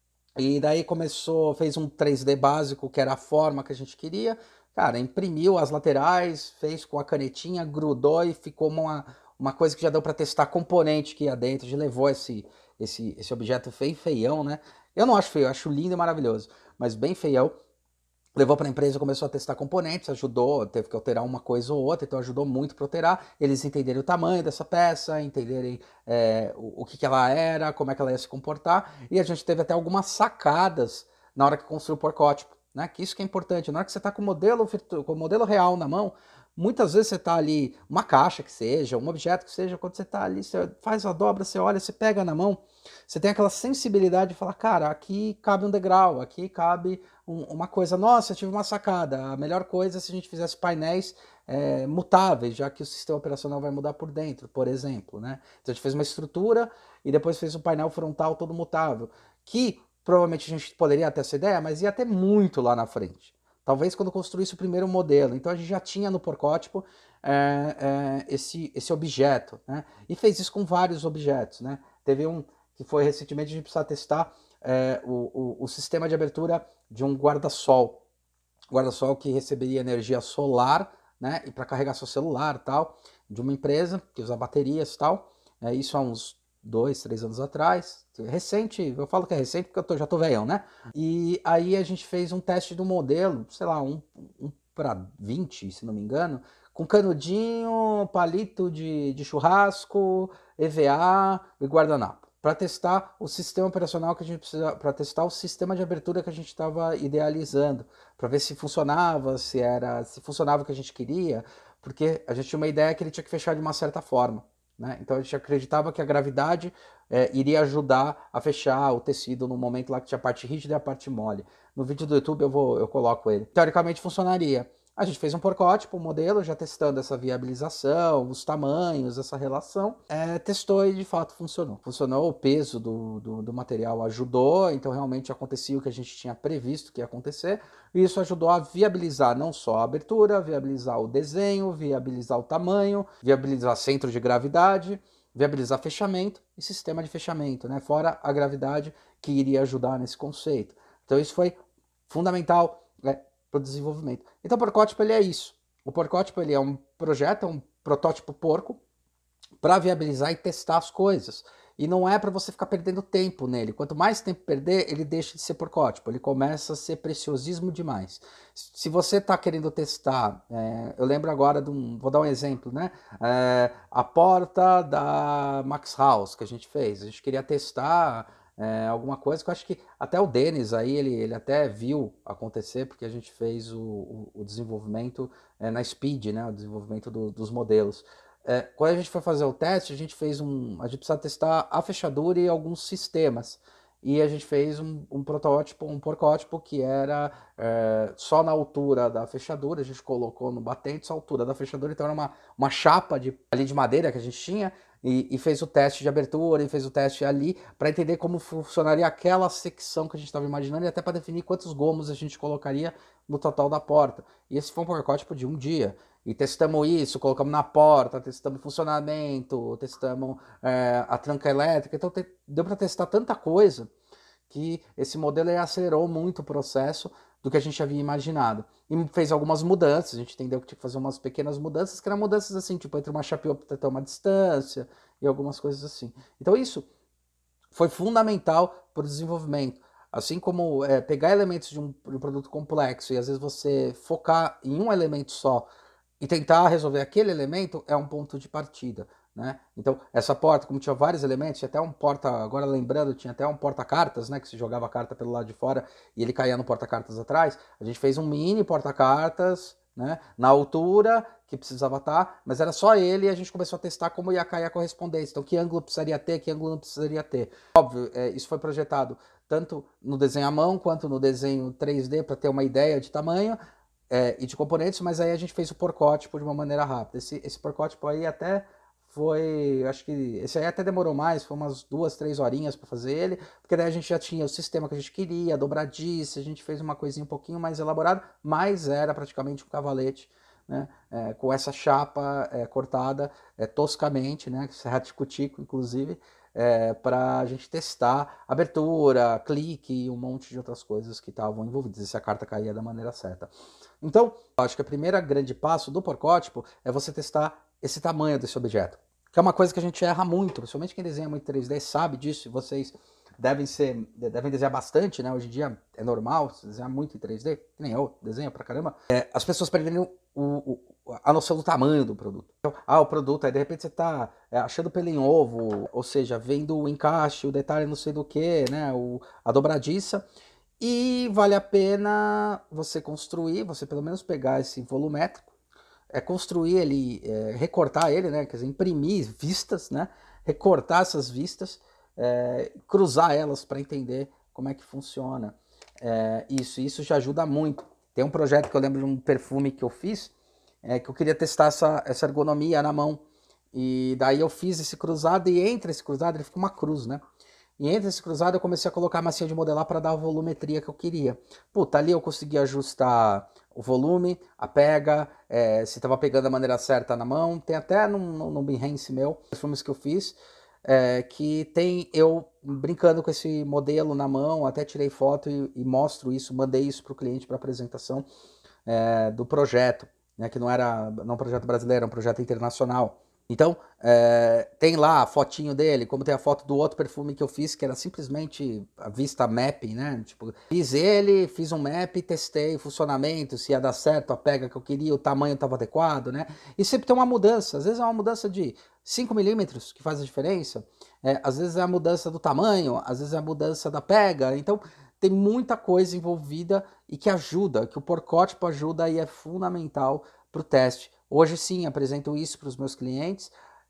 B: e daí começou, fez um três D básico, que era a forma que a gente queria. Cara, imprimiu as laterais, fez com a canetinha, grudou e ficou uma, uma coisa que já deu para testar componente que ia dentro. A gente levou esse, esse, esse objeto feio, feião, né? Eu não acho feio, eu acho lindo e maravilhoso, mas bem feião. Levou para a empresa, começou a testar componentes, ajudou, teve que alterar uma coisa ou outra, então ajudou muito para alterar. Eles entenderem o tamanho dessa peça, entenderem é, o, o que, que ela era, como é que ela ia se comportar. E a gente teve até algumas sacadas na hora que construiu o porcótipo, né? Que isso que é importante. Na hora que você está com o modelo, com o modelo real na mão, muitas vezes você está ali, uma caixa que seja, um objeto que seja, quando você está ali, você faz a dobra, você olha, você pega na mão, você tem aquela sensibilidade de falar, cara, aqui cabe um degrau, aqui cabe um, uma coisa. Nossa, eu tive uma sacada, a melhor coisa é se a gente fizesse painéis é, mutáveis, já que o sistema operacional vai mudar por dentro, por exemplo, né? Então a gente fez uma estrutura e depois fez um painel frontal todo mutável, que provavelmente a gente poderia ter essa ideia, mas ia ter muito lá na frente. Talvez quando construísse o primeiro modelo. Então a gente já tinha no porcótipo é, é, esse, esse objeto, né? E fez isso com vários objetos, né? Teve um que foi recentemente, a gente precisa testar é, o, o, o sistema de abertura de um guarda-sol. Guarda-sol que receberia energia solar, né? E para carregar seu celular e tal, de uma empresa que usa baterias e tal. É, isso há uns dois, três anos atrás. Recente, eu falo que é recente porque eu tô, já tô velhão, né? E aí a gente fez um teste do modelo, sei lá, um, um para vinte, se não me engano, com canudinho, palito de, de churrasco, E V A e guardanapo, para testar o sistema operacional que a gente precisa, para testar o sistema de abertura que a gente estava idealizando, para ver se funcionava, se era, se funcionava o que a gente queria, porque a gente tinha uma ideia que ele tinha que fechar de uma certa forma, né? Então a gente acreditava que a gravidade é, iria ajudar a fechar o tecido no momento lá que tinha a parte rígida e a parte mole. No vídeo do YouTube eu, vou, eu coloco ele. Teoricamente funcionaria. A gente fez um porcótipo, um modelo, já testando essa viabilização, os tamanhos, essa relação. É, testou e de fato funcionou. Funcionou, o peso do, do, do material ajudou, então realmente acontecia o que a gente tinha previsto que ia acontecer. E isso ajudou a viabilizar não só a abertura, viabilizar o desenho, viabilizar o tamanho, viabilizar centro de gravidade, viabilizar fechamento e sistema de fechamento, né? Fora a gravidade que iria ajudar nesse conceito. Então isso foi fundamental, né, para o desenvolvimento. Então o porcótipo ele é isso. O porcótipo ele é um projeto, é um protótipo porco para viabilizar e testar as coisas. E não é para você ficar perdendo tempo nele. Quanto mais tempo perder, ele deixa de ser porcótipo. Ele começa a ser preciosismo demais. Se você está querendo testar, é, eu lembro agora de um, vou dar um exemplo, né? É, a porta da Max House que a gente fez. A gente queria testar é, alguma coisa que eu acho que até o Denis aí, ele, ele até viu acontecer, porque a gente fez o, o, o desenvolvimento é, na Speed, né? O desenvolvimento do, dos modelos. É, quando a gente foi fazer o teste, a gente fez um. A gente precisava testar a fechadura e alguns sistemas. E a gente fez um, um protótipo, um porcótipo que era é, só na altura da fechadura, a gente colocou no batente só a altura da fechadura, então era uma, uma chapa de, ali de madeira que a gente tinha, e, e fez o teste de abertura, e fez o teste ali, para entender como funcionaria aquela secção que a gente estava imaginando, e até para definir quantos gomos a gente colocaria no total da porta. E esse foi um porcótipo de um dia. E testamos isso, colocamos na porta, testamos funcionamento, testamos é, a tranca elétrica. Então te, deu para testar tanta coisa que esse modelo acelerou muito o processo do que a gente havia imaginado. E fez algumas mudanças, a gente entendeu que tinha que fazer umas pequenas mudanças, que eram mudanças assim, tipo entre uma chapa e outra ter uma distância e algumas coisas assim. Então isso foi fundamental para o desenvolvimento. Assim como é, pegar elementos de um, de um produto complexo e às vezes você focar em um elemento só e tentar resolver aquele elemento é um ponto de partida, né? Então, essa porta, como tinha vários elementos, tinha até um porta, agora lembrando, tinha até um porta-cartas, né? Que se jogava a carta pelo lado de fora e ele caía no porta-cartas atrás. A gente fez um mini porta-cartas, né? Na altura que precisava estar, mas era só ele e a gente começou a testar como ia cair a correspondência. Então, que ângulo precisaria ter, que ângulo não precisaria ter. Óbvio, é, isso foi projetado tanto no desenho à mão quanto no desenho três D para ter uma ideia de tamanho, É, e de componentes, mas aí a gente fez o porcótipo de uma maneira rápida. Esse, esse porcótipo aí até foi, acho que esse aí até demorou mais, foi umas duas, três horinhas para fazer ele, porque daí a gente já tinha o sistema que a gente queria, a dobradiça, a gente fez uma coisinha um pouquinho mais elaborada, mas era praticamente um cavalete, né, é, com essa chapa é, cortada é, toscamente, né, serra tico-tico, inclusive, é, para a gente testar abertura, clique e um monte de outras coisas que estavam envolvidas, e se a carta caía da maneira certa. Então, acho que o primeiro grande passo do porcótipo é você testar esse tamanho desse objeto, que é uma coisa que a gente erra muito, principalmente quem desenha muito três D sabe disso, e vocês devem ser, devem desenhar bastante, né? Hoje em dia é normal desenhar muito em três D, que nem eu, desenho pra caramba. É, as pessoas perdem o, o, a noção do tamanho do produto. Então, ah, o produto, aí de repente você tá é, achando pelo em ovo, ou seja, vendo o encaixe, o detalhe não sei do que, né? O, a dobradiça. E vale a pena você construir, você pelo menos pegar esse volumétrico, é construir ele, é, recortar ele, né? Quer dizer, imprimir vistas, né? Recortar essas vistas, é, cruzar elas para entender como é que funciona. É, isso, isso já ajuda muito. Tem um projeto que eu lembro de um perfume que eu fiz, é, que eu queria testar essa, essa ergonomia na mão. E daí eu fiz esse cruzado e entre esse cruzado ele fica uma cruz, né? E entre esse cruzado eu comecei a colocar a massinha de modelar para dar a volumetria que eu queria. Puta, ali eu consegui ajustar o volume, a pega, é, se estava pegando da maneira certa na mão. Tem até num, num Behance meu, perfumes que eu fiz, é, que tem eu brincando com esse modelo na mão, até tirei foto e, e mostro isso, mandei isso para o cliente para apresentação é, do projeto, né, que não era não um projeto brasileiro, era um projeto internacional. Então, é, tem lá a fotinho dele, como tem a foto do outro perfume que eu fiz, que era simplesmente a vista mapping, né? Tipo, fiz ele, fiz um map, testei o funcionamento, se ia dar certo, a pega que eu queria, o tamanho estava adequado, né? E sempre tem uma mudança, às vezes é uma mudança de cinco milímetros que faz a diferença, é, às vezes é a mudança do tamanho, às vezes é a mudança da pega, então tem muita coisa envolvida e que ajuda, que o porcótipo ajuda e é fundamental para o teste. Hoje sim, apresento isso para os meus clientes,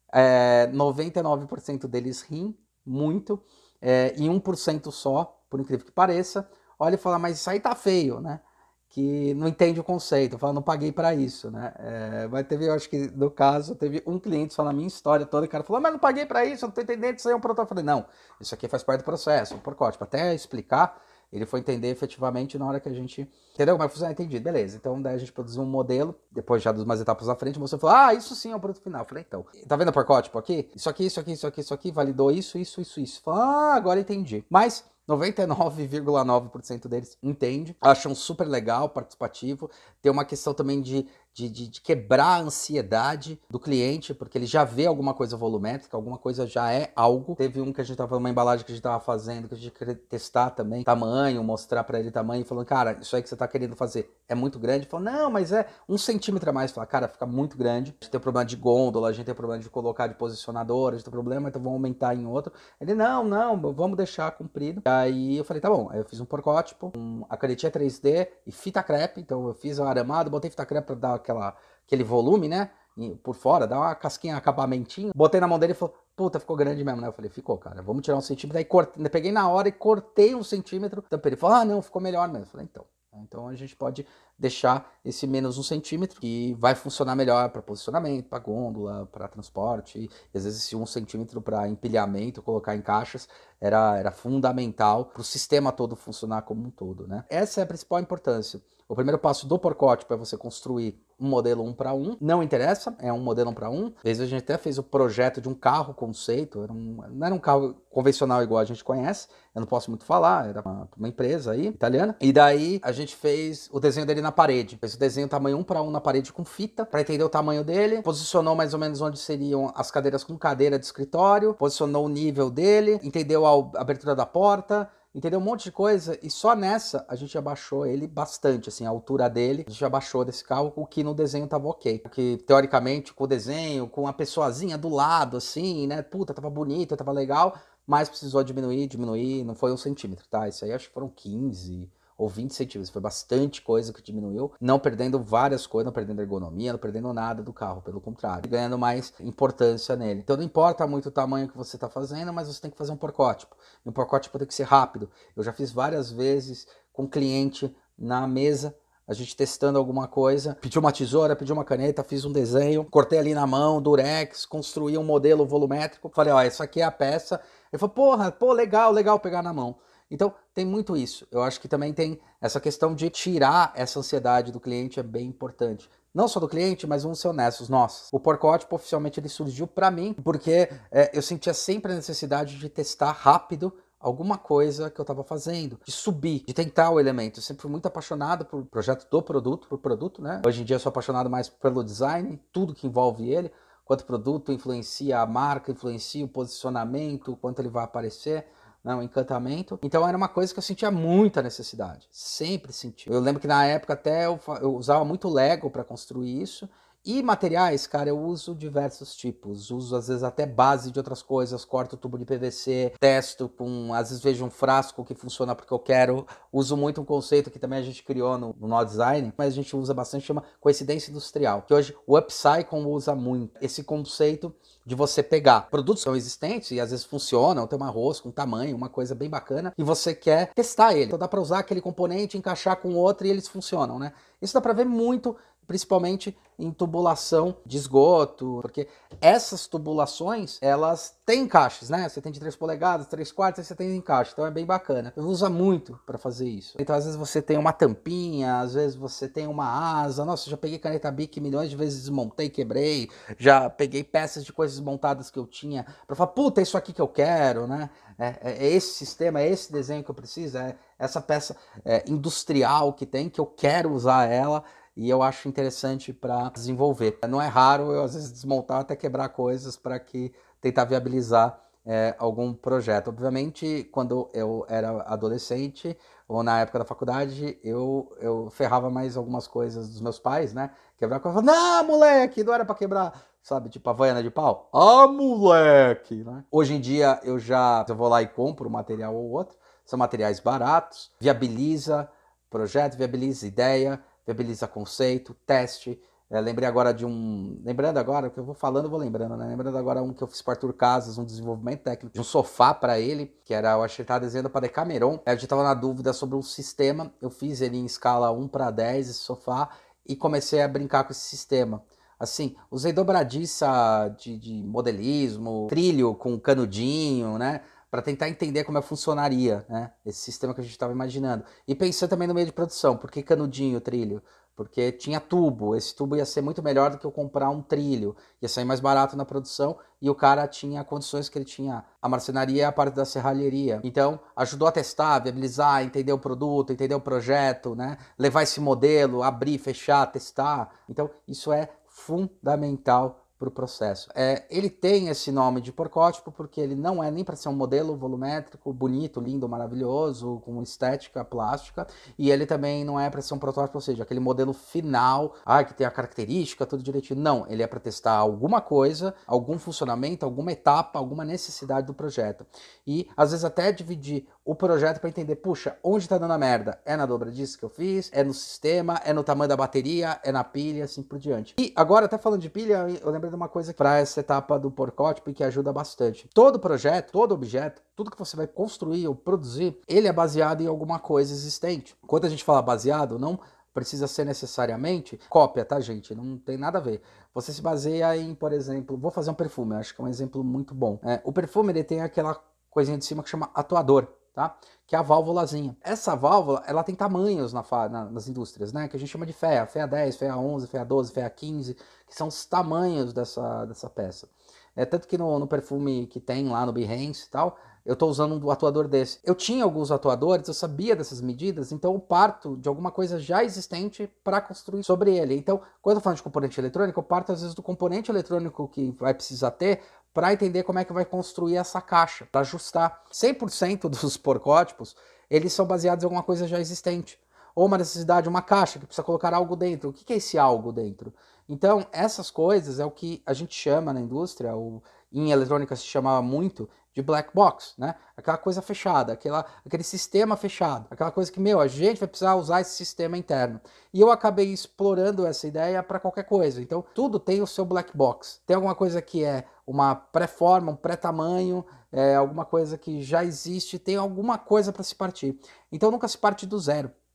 B: é, noventa e nove por cento deles riem muito, é, e um por cento só, por incrível que pareça, olha e fala, mas isso aí tá feio, né? Que não entende o conceito, fala, não paguei para isso, né? É, mas teve, eu acho que no caso, teve um cliente só na minha história toda, o cara falou, mas não paguei para isso, eu não tô entendendo, isso aí é um protótipo. Eu falei, não, isso aqui faz parte do processo, um porcótipo, até explicar, ele foi entender efetivamente na hora que a gente... Entendeu como é que funciona? Entendi, beleza. Então daí a gente produziu um modelo, depois já de umas etapas à frente, você falou, ah, isso sim é o produto final. Eu falei, então, tá vendo o porcótipo aqui? Isso aqui, isso aqui, isso aqui, isso aqui, validou isso, isso, isso, isso. Falei, ah, agora entendi. Mas noventa e nove vírgula nove por cento deles entende, acham super legal, participativo. Tem uma questão também de, de, de, de quebrar a ansiedade do cliente, porque ele já vê alguma coisa volumétrica, alguma coisa já é algo. Teve um que a gente tava, uma embalagem que a gente tava fazendo, que a gente queria testar também, tamanho, mostrar para ele tamanho, falando, cara, isso aí que você tá querendo fazer é muito grande. Falou, não, mas é um centímetro a mais. Fala, cara, fica muito grande. A gente tem problema de gôndola, a gente tem problema de colocar de posicionador, a gente tem problema, então vamos aumentar em outro. Ele, não, não, vamos deixar comprido. Aí eu falei, tá bom. Aí eu fiz um porcótipo, um, a canetinha três D e fita crepe. Então eu fiz o aramado, botei fita crepe pra dar aquela, aquele volume, né? Por fora, dar uma casquinha, acabamentinho. Botei na mão dele e falou, puta, ficou grande mesmo, né? Eu falei, ficou, cara, vamos tirar um centímetro. Aí cortei, peguei na hora e cortei um centímetro. Então ele falou, ah, não, ficou melhor mesmo. Eu falei, então. Então a gente pode deixar esse menos um centímetro, que vai funcionar melhor para posicionamento, para gôndola, para transporte. E às vezes esse um centímetro para empilhamento, colocar em caixas, era, era fundamental para o sistema todo funcionar como um todo, né? Essa é a principal importância. O primeiro passo do porcótipo é você construir um modelo um para um, não interessa, é um modelo um para um. Às vezes a gente até fez o projeto de um carro conceito, era um, não era um carro convencional igual a gente conhece, eu não posso muito falar, era uma, uma empresa aí, italiana. E daí a gente fez o desenho dele na parede, fez o desenho tamanho um para um na parede com fita, para entender o tamanho dele, posicionou mais ou menos onde seriam as cadeiras com cadeira de escritório, posicionou o nível dele, entendeu a abertura da porta, entendeu? Um monte de coisa, e só nessa a gente abaixou ele bastante, assim, a altura dele, a gente abaixou desse carro, o que no desenho tava ok. Porque, teoricamente, com o desenho, com a pessoazinha do lado, assim, né, puta, tava bonito, tava legal, mas precisou diminuir, diminuir, não foi um centímetro, tá? Isso aí acho que foram quinze ou vinte centímetros, foi bastante coisa que diminuiu, não perdendo várias coisas, não perdendo ergonomia, não perdendo nada do carro, pelo contrário, ganhando mais importância nele. Então não importa muito o tamanho que você está fazendo, mas você tem que fazer um porcótipo, e um porcótipo tem que ser rápido. Eu já fiz várias vezes com cliente na mesa, a gente testando alguma coisa, pedi uma tesoura, pedi uma caneta, fiz um desenho, cortei ali na mão, durex, construí um modelo volumétrico, falei, ó, essa aqui é a peça. Ele falou, porra, pô, legal, legal pegar na mão. Então, tem muito isso. Eu acho que também tem essa questão de tirar essa ansiedade do cliente, é bem importante. Não só do cliente, mas vamos ser honestos, nós. O porcótipo, oficialmente, ele surgiu para mim, porque é, eu sentia sempre a necessidade de testar rápido alguma coisa que eu estava fazendo, de subir, de tentar o elemento. Eu sempre fui muito apaixonado por projeto do produto, por produto, né? Hoje em dia eu sou apaixonado mais pelo design, tudo que envolve ele, quanto o produto influencia a marca, influencia o posicionamento, quanto ele vai aparecer, né? O encantamento. Então era uma coisa que eu sentia muita necessidade, sempre senti. Eu lembro que na época até eu, eu usava muito Lego para construir isso. E materiais, cara, eu uso diversos tipos, uso às vezes até base de outras coisas, corto tubo de P V C, testo com, às vezes vejo um frasco que funciona porque eu quero, uso muito um conceito que também a gente criou no, no Nó Design, mas a gente usa bastante, chama coincidência industrial, que hoje o Upcycle usa muito, esse conceito de você pegar produtos que são existentes e às vezes funcionam, tem uma rosca, um tamanho, uma coisa bem bacana, e você quer testar ele, então dá para usar aquele componente, encaixar com outro e eles funcionam, né? Isso dá para ver muito, principalmente em tubulação de esgoto, porque essas tubulações, elas têm encaixes, né? Você tem de três polegadas, três quartos, aí você tem encaixe, então é bem bacana. Eu uso muito para fazer isso. Então, às vezes você tem uma tampinha, às vezes você tem uma asa. Nossa, eu já peguei caneta Bic milhões de vezes, desmontei, quebrei. Já peguei peças de coisas montadas que eu tinha para falar, puta, é isso aqui que eu quero, né? É, é esse sistema, é esse desenho que eu preciso, é essa peça é, industrial que tem, que eu quero usar ela. E eu acho interessante para desenvolver. Não é raro eu, às vezes, desmontar até quebrar coisas para que tentar viabilizar é, algum projeto. Obviamente, quando eu era adolescente ou na época da faculdade, eu, eu ferrava mais algumas coisas dos meus pais, né? Quebrar coisa, não, moleque, não era para quebrar, sabe? Tipo a Havaiana de pau. Ah, moleque, né? Hoje em dia, eu já eu vou lá e compro um material ou outro. São materiais baratos, viabiliza projeto, viabiliza ideia, viabiliza conceito, teste. É, lembrei agora de um... Lembrando agora, que eu vou falando, eu vou lembrando, né? Lembrando agora um que eu fiz para Arthur Casas, um desenvolvimento técnico de um sofá para ele, que era, eu acho que ele estava desenhando para Decameron. A gente estava na dúvida sobre um sistema, eu fiz ele em escala um para dez, esse sofá, e comecei a brincar com esse sistema. Assim, usei dobradiça de, de modelismo, trilho com canudinho, né? Para tentar entender como é que funcionaria, né? Esse sistema que a gente estava imaginando. E pensando também no meio de produção, por que canudinho, trilho? Porque tinha tubo, esse tubo ia ser muito melhor do que eu comprar um trilho, ia sair mais barato na produção e o cara tinha condições que ele tinha a marcenaria e a parte da serralheria. Então, ajudou a testar, viabilizar, entender o produto, entender o projeto, né? Levar esse modelo, abrir, fechar, testar. Então, isso é fundamental para o processo. É, ele tem esse nome de porcótipo porque ele não é nem para ser um modelo volumétrico, bonito, lindo, maravilhoso, com estética plástica, e ele também não é para ser um protótipo, ou seja, aquele modelo final, ah, que tem a característica, tudo direitinho. Não, ele é para testar alguma coisa, algum funcionamento, alguma etapa, alguma necessidade do projeto. E, às vezes, até dividir o projeto para entender, puxa, onde está dando a merda? É na dobradiça que eu fiz? É no sistema? É no tamanho da bateria? É na pilha? Assim por diante. E agora, até falando de pilha, eu lembrei de uma coisa para essa etapa do porcótipo e que ajuda bastante. Todo projeto, todo objeto, tudo que você vai construir ou produzir, ele é baseado em alguma coisa existente. Quando a gente fala baseado, não precisa ser necessariamente cópia, tá, gente? Não tem nada a ver. Você se baseia em, por exemplo, vou fazer um perfume, acho que é um exemplo muito bom. É, o perfume, ele tem aquela coisinha de cima que chama atuador, tá? Que é a válvulazinha. Essa válvula, ela tem tamanhos na, na, nas indústrias, né? Que a gente chama de F E A, F E A dez, F E A onze, F E A doze, F E A quinze, que são os tamanhos dessa, dessa peça. É, tanto que no, no perfume que tem lá no Behance e tal, eu estou usando um atuador desse. Eu tinha alguns atuadores, eu sabia dessas medidas, então eu parto de alguma coisa já existente para construir sobre ele. Então, quando eu falo de componente eletrônico, eu parto às vezes do componente eletrônico que vai precisar ter para entender como é que vai construir essa caixa, para ajustar. cem por cento dos porcótipos, eles são baseados em alguma coisa já existente. Ou uma necessidade, uma caixa que precisa colocar algo dentro. O que é esse algo dentro? Então, essas coisas é o que a gente chama na indústria, ou em eletrônica se chamava muito, de black box, né? Aquela coisa fechada, aquela, aquele sistema fechado, aquela coisa que, meu, a gente vai precisar usar esse sistema interno. E eu acabei explorando essa ideia para qualquer coisa. Então, tudo tem o seu black box. Tem alguma coisa que é uma pré-forma, um pré-tamanho, é, alguma coisa que já existe, tem alguma coisa para se partir. Então, nunca se parte do zero.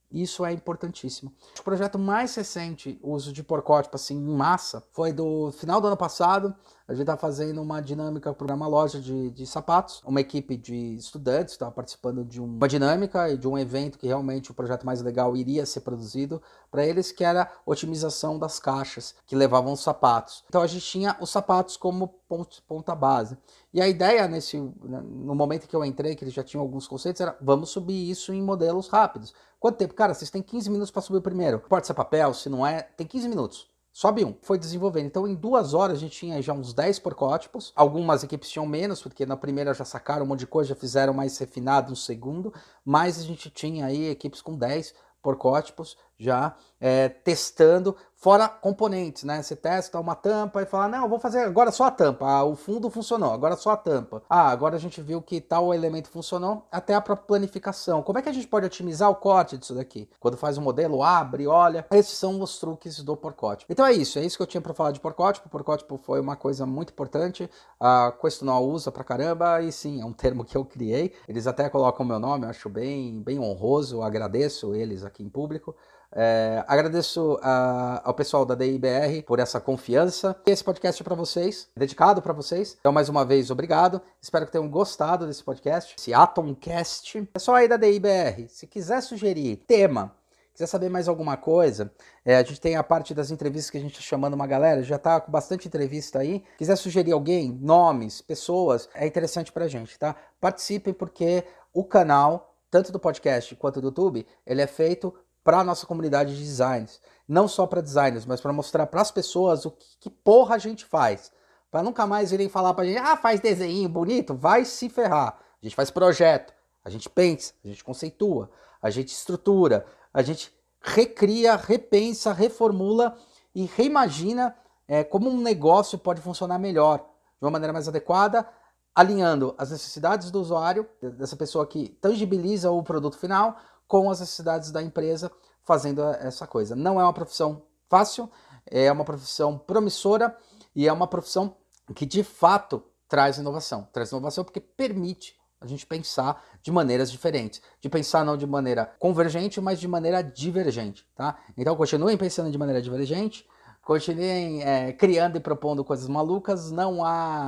B: Isso é importantíssimo. O projeto mais recente, o uso de porcótipo assim, em massa, foi do final do ano passado. A gente está fazendo uma dinâmica para uma loja de, de sapatos. Uma equipe de estudantes estava participando de uma dinâmica e de um evento que realmente o projeto mais legal iria ser produzido para eles, que era a otimização das caixas que levavam os sapatos. Então a gente tinha os sapatos como ponto, ponta base. E a ideia, nesse, no momento que eu entrei, que eles já tinham alguns conceitos, era vamos subir isso em modelos rápidos. Quanto tempo? Cara, vocês têm quinze minutos para subir o primeiro. Pode ser papel, se não é, tem quinze minutos. Sobe um. Foi desenvolvendo. Então, em duas horas, a gente tinha já uns dez porcótipos. Algumas equipes tinham menos, porque na primeira já sacaram um monte de coisa, já fizeram mais refinado no segundo. Mas a gente tinha aí equipes com dez porcótipos já é, testando, fora componentes, né? Você testa uma tampa e fala, não, eu vou fazer agora só a tampa. Ah, o fundo funcionou, agora só a tampa. Ah, agora a gente viu que tal elemento funcionou, até a própria planificação. Como é que a gente pode otimizar o corte disso daqui? Quando faz o modelo, abre, olha. Esses são os truques do porcótipo. Então é isso, é isso que eu tinha para falar de porcótipo. O porcótipo foi uma coisa muito importante. A Questonol usa pra caramba e sim, é um termo que eu criei. Eles até colocam o meu nome, eu acho bem, bem honroso, eu agradeço eles aqui em público. É, agradeço a, ao pessoal da D I B R por essa confiança. Esse podcast é para vocês, dedicado para vocês. Então, mais uma vez, obrigado. Espero que tenham gostado desse podcast, esse Atomcast. Pessoal aí da D I B R, se quiser sugerir tema, quiser saber mais alguma coisa, é, a gente tem a parte das entrevistas que a gente está chamando uma galera, já está com bastante entrevista aí. Quiser sugerir alguém, nomes, pessoas, é interessante pra gente, tá? Participem, porque o canal, tanto do podcast quanto do YouTube, ele é feito para a nossa comunidade de designers. Não só para designers, mas para mostrar para as pessoas o que, que porra a gente faz. Para nunca mais irem falar para a gente, ah, faz desenho bonito, vai se ferrar. A gente faz projeto, a gente pensa, a gente conceitua, a gente estrutura, a gente recria, repensa, reformula e reimagina é, como um negócio pode funcionar melhor, de uma maneira mais adequada, alinhando as necessidades do usuário, dessa pessoa que tangibiliza o produto final, com as necessidades da empresa, fazendo essa coisa. Não é uma profissão fácil, é uma profissão promissora e é uma profissão que de fato traz inovação. Traz inovação porque permite a gente pensar de maneiras diferentes. De pensar não de maneira convergente, mas de maneira divergente, tá? Então continuem pensando de maneira divergente, continuem é, criando e propondo coisas malucas, não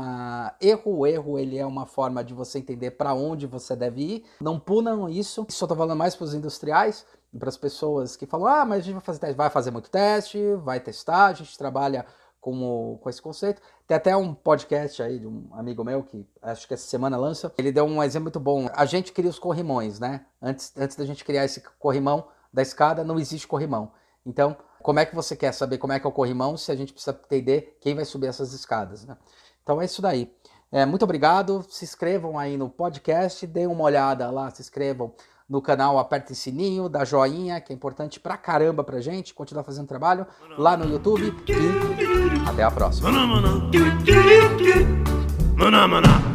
B: há erro, o erro ele é uma forma de você entender para onde você deve ir, não punam isso, só estou falando mais para os industriais, para as pessoas que falam, ah, mas a gente vai fazer teste, vai fazer muito teste, vai testar, a gente trabalha com, o, com esse conceito. Tem até um podcast aí de um amigo meu que acho que essa semana lança, ele deu um exemplo muito bom, a gente cria os corrimões, né, antes, antes da gente criar esse corrimão da escada, não existe corrimão, então como é que você quer saber como é que é o corrimão se a gente precisa entender quem vai subir essas escadas, né? Então é isso daí. É, muito obrigado, se inscrevam aí no podcast, deem uma olhada lá, se inscrevam no canal, apertem o sininho, dá joinha, que é importante pra caramba pra gente, continuar fazendo trabalho lá no YouTube e até a próxima.